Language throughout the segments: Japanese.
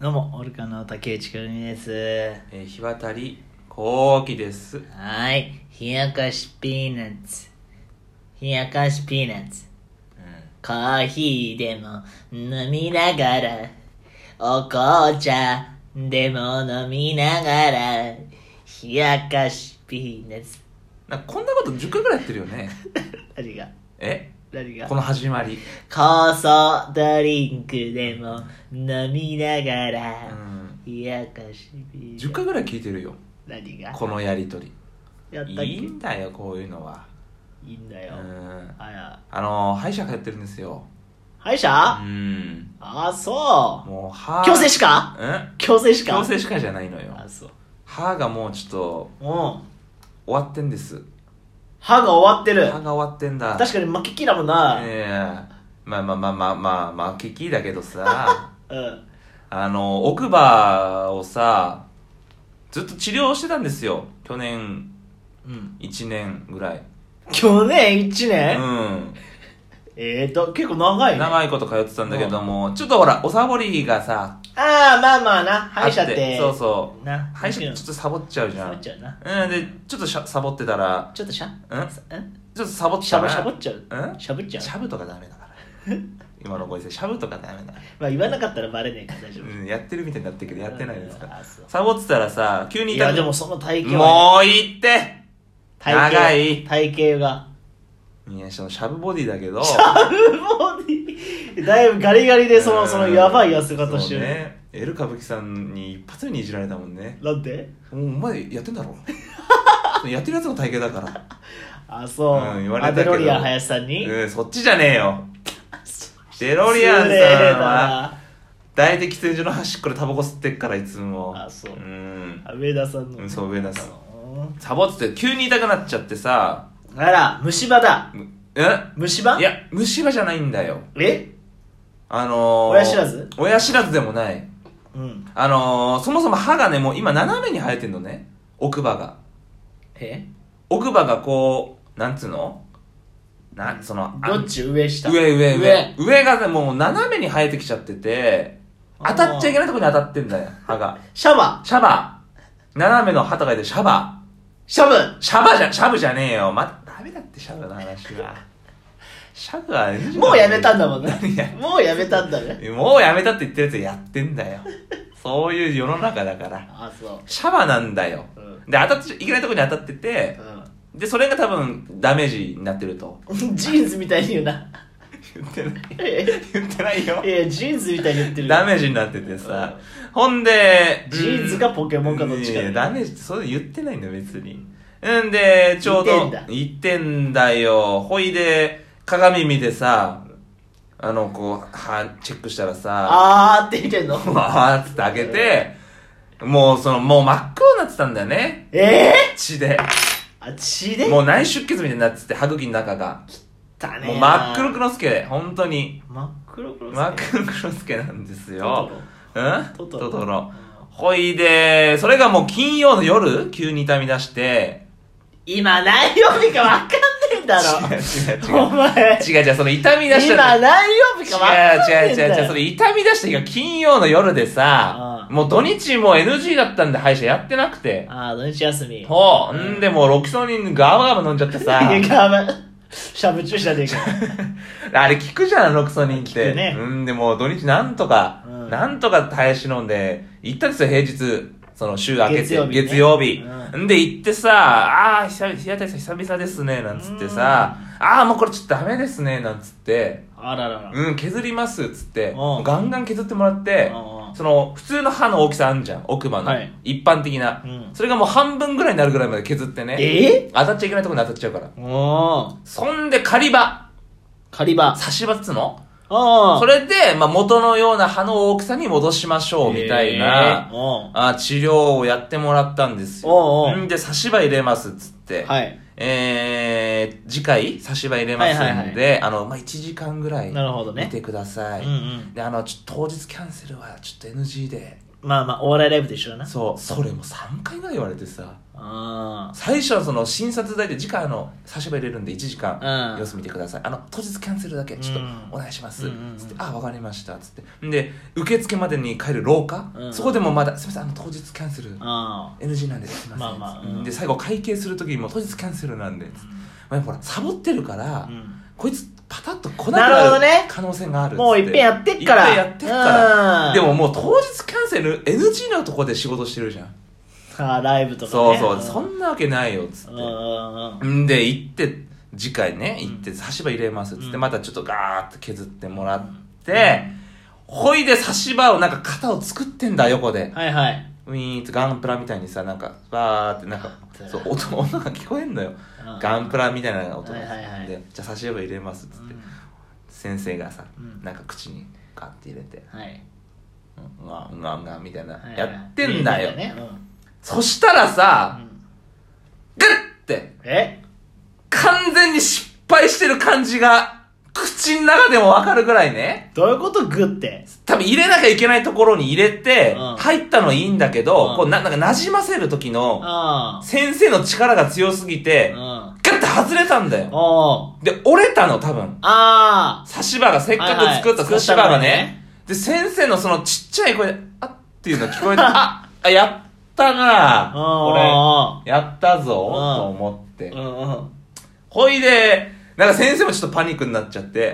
どうも、オルカの竹内くるみです。 日渡りこうきです。 はーい。冷やかしピーナッツ。冷やかしピーナッツ。コーヒーでも飲みながら、お紅茶でも飲みながら、冷やかしピーナッツ。 なんかこんなこと10回ぐらいやってるよね。 何が何がこの始まり。 酵素ドリンクでも飲みながら、冷やかしピーナッツ。 10回ぐらい聞いてるよ。 何がこのやりとり。 やったっけ？ いいんだよ、こういうのは。 いいんだよ。 歯医者通ってるんですよ。 歯医者？あ、そう。 もう矯正歯科？矯正歯科？ 矯正歯科じゃないのよ。 あ、そう。 歯がもうちょっと終わってんです。 歯が終わってる。 歯が終わってんだ。 確かに負け気だもんな。 負け気だけどさ奥歯をさずっと治療してたんですよ、去年1年ぐらい。 去年1年？結構長いね。 長いこと通ってたんだけども、ちょっとほらおサボりがさ、 まあな、歯医者ってそうそうな、 歯医者ちょっとサボっちゃうじゃん。 サボっちゃうな。 でちょっとサボってたら、 ちょっとちょっとサボっちゃう。 しゃぶっちゃう。しゃぶっちゃう。 しゃぶとかダメだから今のご時世しゃぶとかダメだ。 まあ言わなかったらバレねえから大丈夫。 やってるみたいになってるけどやってないですから。サボってたらさ、急にいやでもその体型もういいって、長い体型が、 いや、そのシャブボディだけど、 シャブボディだいぶガリガリでそのやばい痩せ方してるね。エル歌舞伎さんに一発目にいじられたもんね。 なんで？ お前やってんだろやってるやつの体型だから。 あ、そう。 言われたけど。 デロリアン林さんに？ そっちじゃねえよ。デロリアンさんは大敵喫煙所の端っこでタバコ吸ってっから、いつも。 あ、そう。上田さんの。 そう、上田さん。サボって急に痛くなっちゃってさ。 あら、虫歯だ。虫歯？ いや、虫歯じゃないんだよ。 親知らず？ 親知らずでもない。そもそも歯がね、もう今斜めに生えてんのね。奥歯が。奥歯がこう、なんつうの？ どっち？上下？ 上がね、もう斜めに生えてきちゃってて、当たっちゃいけないところに当たってんだよ、歯が。 シャバ。 斜めの歯と書いてシャバ。シャブじゃねえよ。ダメだってシャブの話は。シャブは NG もうやめたんだもんね。もうやめたんだね。 もうやめたって言ってるやつやってんだよ。そういう世の中だから。シャバなんだよ。で、当たっちゃいけないところに当たってて、で、それが多分ダメージになってると。 ジーンズみたいに言うな。 言ってないよ。 ジーンズみたいに言ってる。 ダメージになっててさ。ほんで、 ジーンズかポケモンかどっちか。 ダメージってそれ言ってないんだよ、別に。んで、ちょうど、言ってんだよ。ほいで、鏡見てさ、歯チェックしたらさ、 って見てんの？ って開けて、もう真っ黒になってたんだよね。血で。 血で？ もう内出血みたいになってて、歯茎の中が。もう真っ黒黒助、本当に。 真っ黒黒助なんですよ。 トトロ。ほいで、それがもう金曜の夜、急に痛み出して、 今何曜日か分かんねえんだろ。 違う。 お前。 違う、その痛み出した。 今何曜日か分かんねえんだよ。 違う、それ痛み出した日が金曜の夜でさ、もう土日も NG だったんで歯医者やってなくて。 土日休み。 んでもうロキソニンガバガバ飲んじゃってさ。 しゃぶ注射でいいから。あれ効くじゃん、ロキソニンって。 効くね。 でもう土日なんとか耐え忍んで、行ったんですよ、平日。週明けて。月曜日。で、行ってさ、久々ですね、なんつってさ、もうこれちょっとダメですね、なんつって、削ります、つって、ガンガン削ってもらって、普通の歯の大きさあんじゃん、奥歯の。一般的な。それがもう半分ぐらいになるぐらいまで削ってね。当たっちゃいけないところに当たっちゃうから。そんで、仮歯。差し歯っつの？それで、元のような歯の大きさに戻しましょう、みたいな、治療をやってもらったんですよ。で、差し歯入れます、つって。次回、差し歯入れますんで、1時間ぐらい見てください。で、ちょっと当日キャンセルはちょっと NG で。 まあまあ、お笑いライブと一緒だな。 そう、それも3回ぐらい言われてさ、 あ最初はその診察代で次回差し歯入れるんで1時間うん様子見てください、当日キャンセルだけちょっとお願いします、 うんつって、あ、わかりました、つってで受付までに帰る廊下、 うんそこでもまだすみません当日キャンセルあ NG なんですいません、 まあまあうんで最後会計する時にも当日キャンセルなんで、つってまあ、ほらサボってるから、こいつパタッと来なくなるほなるどね可能性があるっつって、 もういっぺんやってっからいっぺんやってっからうんでももう当日キャンセル NG のとこで仕事してるじゃん、 ライブとかね。 そうそう、そんなわけないよっつっうんて、んで行って次回ね行って差し歯入れますっつって、またちょっとガーッと削ってもらって、ほいで差し歯をなんか型を作ってんだ横で、 はいはい。 ウィーンってガンプラみたいにさ、なんかバーってなんかそう音が聞こえんのよ、ガンプラみたいな音が、 はいはいはいでじゃあ差し歯入れますっつって、先生がさ、 うんなんか口にガッて入れて、 はい。 うんがんがんがんみたいな、 はいやってんだよ、 ねそしたらさ、グッて完全に失敗してる感じが口の中でもわかるぐらいね。 どういうことグって。 多分入れなきゃいけないところに入れて、 うん入ったのはいいんだけど、 うんこうなんか馴染ませる時のあ先生の力が強すぎて、 あ。 ガッて外れたんだよ。 おー。 で、折れたの多分。 あ差し歯が、せっかく作った差し歯がね。で、先生のそのちっちゃい声で、あっていうの聞こえて、やったなあ。 俺、やったぞ、と思って。 うん。 ほいで、なんか先生もちょっとパニックになっちゃって、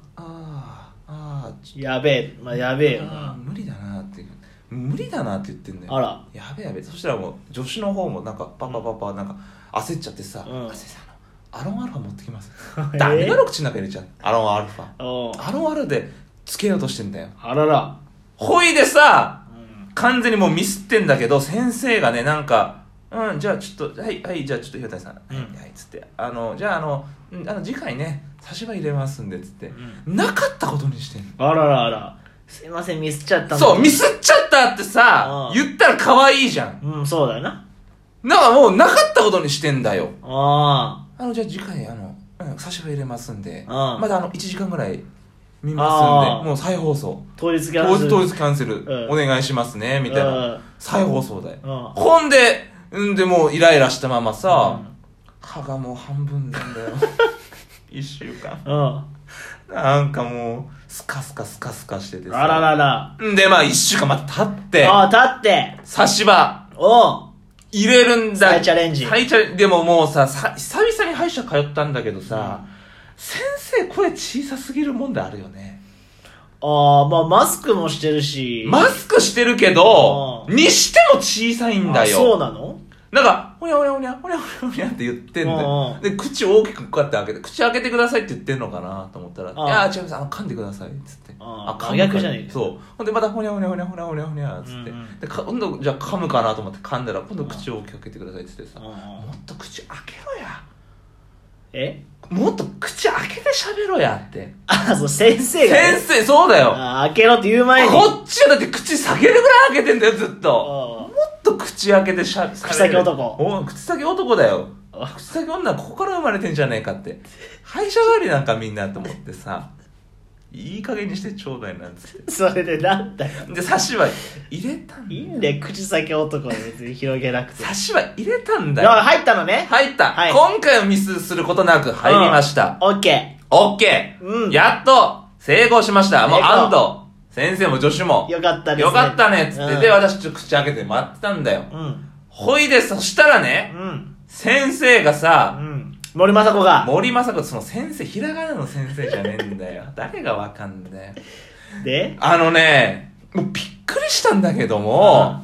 やべえ。まあ、やべえよな。 無理だなって無理だなって言ってんだよ。 あら。 やべえやべえ。そしたらもう助手の方もなんかパなんか焦っちゃってさ、 うん先生アロンアルファ持ってきますダメだろ口の中入れちゃう、アロンアルファおー。 アロンアルでつけようとしてんだよ。 あらら。 ほいでさ、完全にもうミスってんだけど、先生がねなんかじゃあちょっとはいじゃあちょっとひろたさん、はいつってじゃあ次回ね差し歯入れますんでつって、なかったことにしてんの。 あららあら。すいません、ミスっちゃったんだ。 そうミスっちゃったってさ、言ったら可愛いじゃん。 うん、そうだよな。 なんかもうなかったことにしてんだよ。 あじゃあ次回差し歯入れますんで、 うんまだ1時間ぐらい見ますんで、もう再放送当日キャンセル。 当日キャンセルうんお願いしますねみたいな、再放送だよ。 うんほんででもうイライラしたままさ、歯がもう半分なんだよ1週間なんかもうスカスカしててさ、 あららら。 でまあ1週間また経って立って。 差し歯おう。 入れるんだ。 再チャレンジ。 でももうさ、久々に歯医者通ったんだけどさ、先生声小さすぎるもんであるよね。 まあマスクもしてるし。 マスクしてるけど、にしても小さいんだよ。 そうなの？ なんか、ほにゃほにゃほにゃほにゃほにゃって言ってんだよ。で、口大きくこうやって開けて、口開けてくださいって言ってんのかなと思ったら、いや違います、噛んでくださいっつって。 噛む逆じゃねえか。 そう。ほんでまたほにゃほにゃほにゃほにゃほにゃほにゃっつって。で、今度じゃあ噛むかなと思って噛んだら、今度口を大きく開けてくださいって言ってさ、もっと口開けろや。もっと口開けて喋ろやって。 そう、先生が、 先生、そうだよ。 開けろって言う前に。 こっちはだって口下げるぐらい開けてんだよ、ずっと。もっと口開けて口先男。 口先男だよ。口先女はここから生まれてんじゃねえかって。歯医者帰りなんかみんなと思ってさ、いい加減にしてちょうだいなんつって。 それでなんだよ。 で、差し歯入れたんだ。 いいんだよ、口先男で別に広げなくて。 差し歯入れたんだよ。 入ったのね。 入った。今回はミスすることなく入りました。 オッケー。オッケー。やっと成功しました。もう安藤。先生も助手も。 よかったですね。 よかったねっつって。で、私ちょっと口開けて待ってたんだよ。ほいで、そしたらね、先生がさ、 森雅子が。 森雅子、その先生、ひらがなの先生じゃねえんだよ。誰がわかんだよ。 でもうびっくりしたんだけども、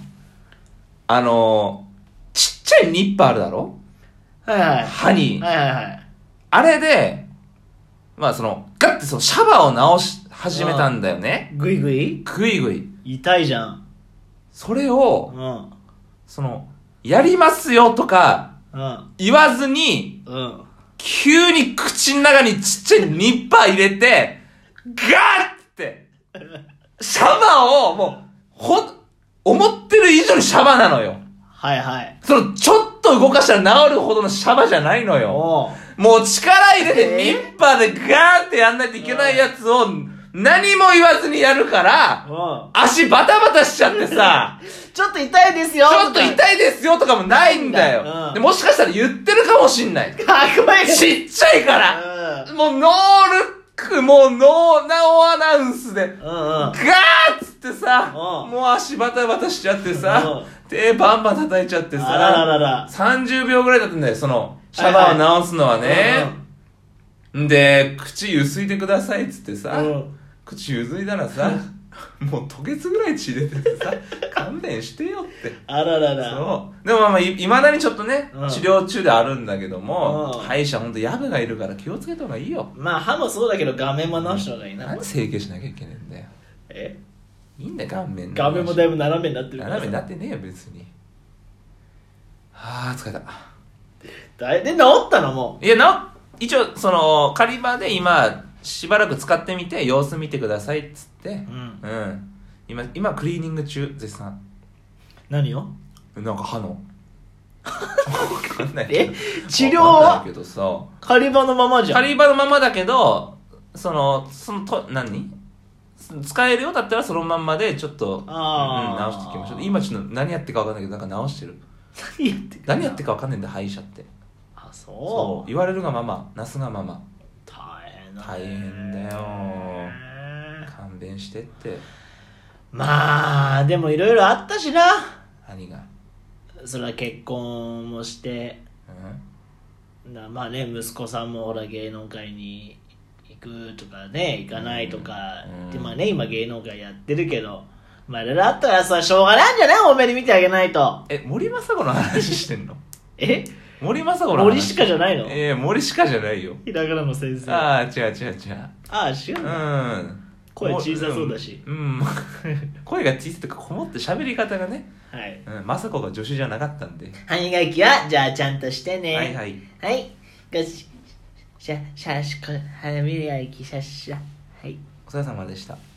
ちっちゃいニッパーあるだろ？歯に。あれで、まあガッてシャバを直し始めたんだよね。 グイグイ痛いじゃん。 それを、やりますよとか、言わずに、急に口の中にちっちゃいニッパー入れて、ガーって、シャバをもう、思ってる以上にシャバなのよ。ちょっと動かしたら治るほどのシャバじゃないのよ。もう力入れてニッパーでガーってやんないといけないやつを、 何も言わずにやるから、足バタバタしちゃってさ、 ちょっと痛いですよちょっと痛いですよとかもないんだよ。でもしかしたら言ってるかもしんない。 かっこいい。 ちっちゃいから。もうノールック、もうノーアナウンスで、ガーッつってさ、もう足バタバタしちゃってさ、手バンバン叩いちゃってさ、30秒ぐらいだったんだよ、その、シャワーを直すのはね。で、口ゆすいでくださいっつってさ、口ゆすいだらさ、もう吐血ぐらい血出ててさ、勘弁してよって。そう。でもいまだにちょっとね、治療中であるんだけども、歯医者ほんとヤブがいるから気をつけた方がいいよ。 まあ歯もそうだけど顔面も直した方がいいな。 なんで整形しなきゃいけないんだよ。いいんだよ、顔面。 顔面もだいぶ斜めになってるから。 斜めになってねえよ、別に。はぁ、疲れた。 で、治ったのもう。 いや、一応、その、カリバで今、しばらく使ってみて、様子見てくださいっつって、今クリーニング中、絶賛。 何を？ なんか歯の。わかんない。 治療は？ けどさ、 カリバのままじゃん。 カリバのままだけど、何？使えるようだったらそのまんまでちょっと、直していきましょう。今ちょっと何やってるかわかんないけど、なんか直してる。何やってるかわかんないんだ、歯医者って。そう。言われるがまま、なすがまま。大変だよ。勘弁してって。 まあでもいろいろあったしな。 何が？ それは結婚もして、まあね、息子さんもほら芸能界に行くとかね、行かないとか、でまあね、今芸能界やってるけど、まあいろいろあったらさ、しょうがないんじゃない？多めに見てあげないと。 森昌子の話してんの？森昌子の話？ 森しかじゃないの？ 森しかじゃないよ。 ひらがなの先生。 ああ、違う。 ああ、違う。声小さそうだし。 声が小さいとかこもって喋り方がね。 はい。 雅子が助手じゃなかったんで。 歯磨きは、じゃあちゃんとしてね。 はい。 はい。歯磨き、シャッシャ。はい。 お疲れ様でした。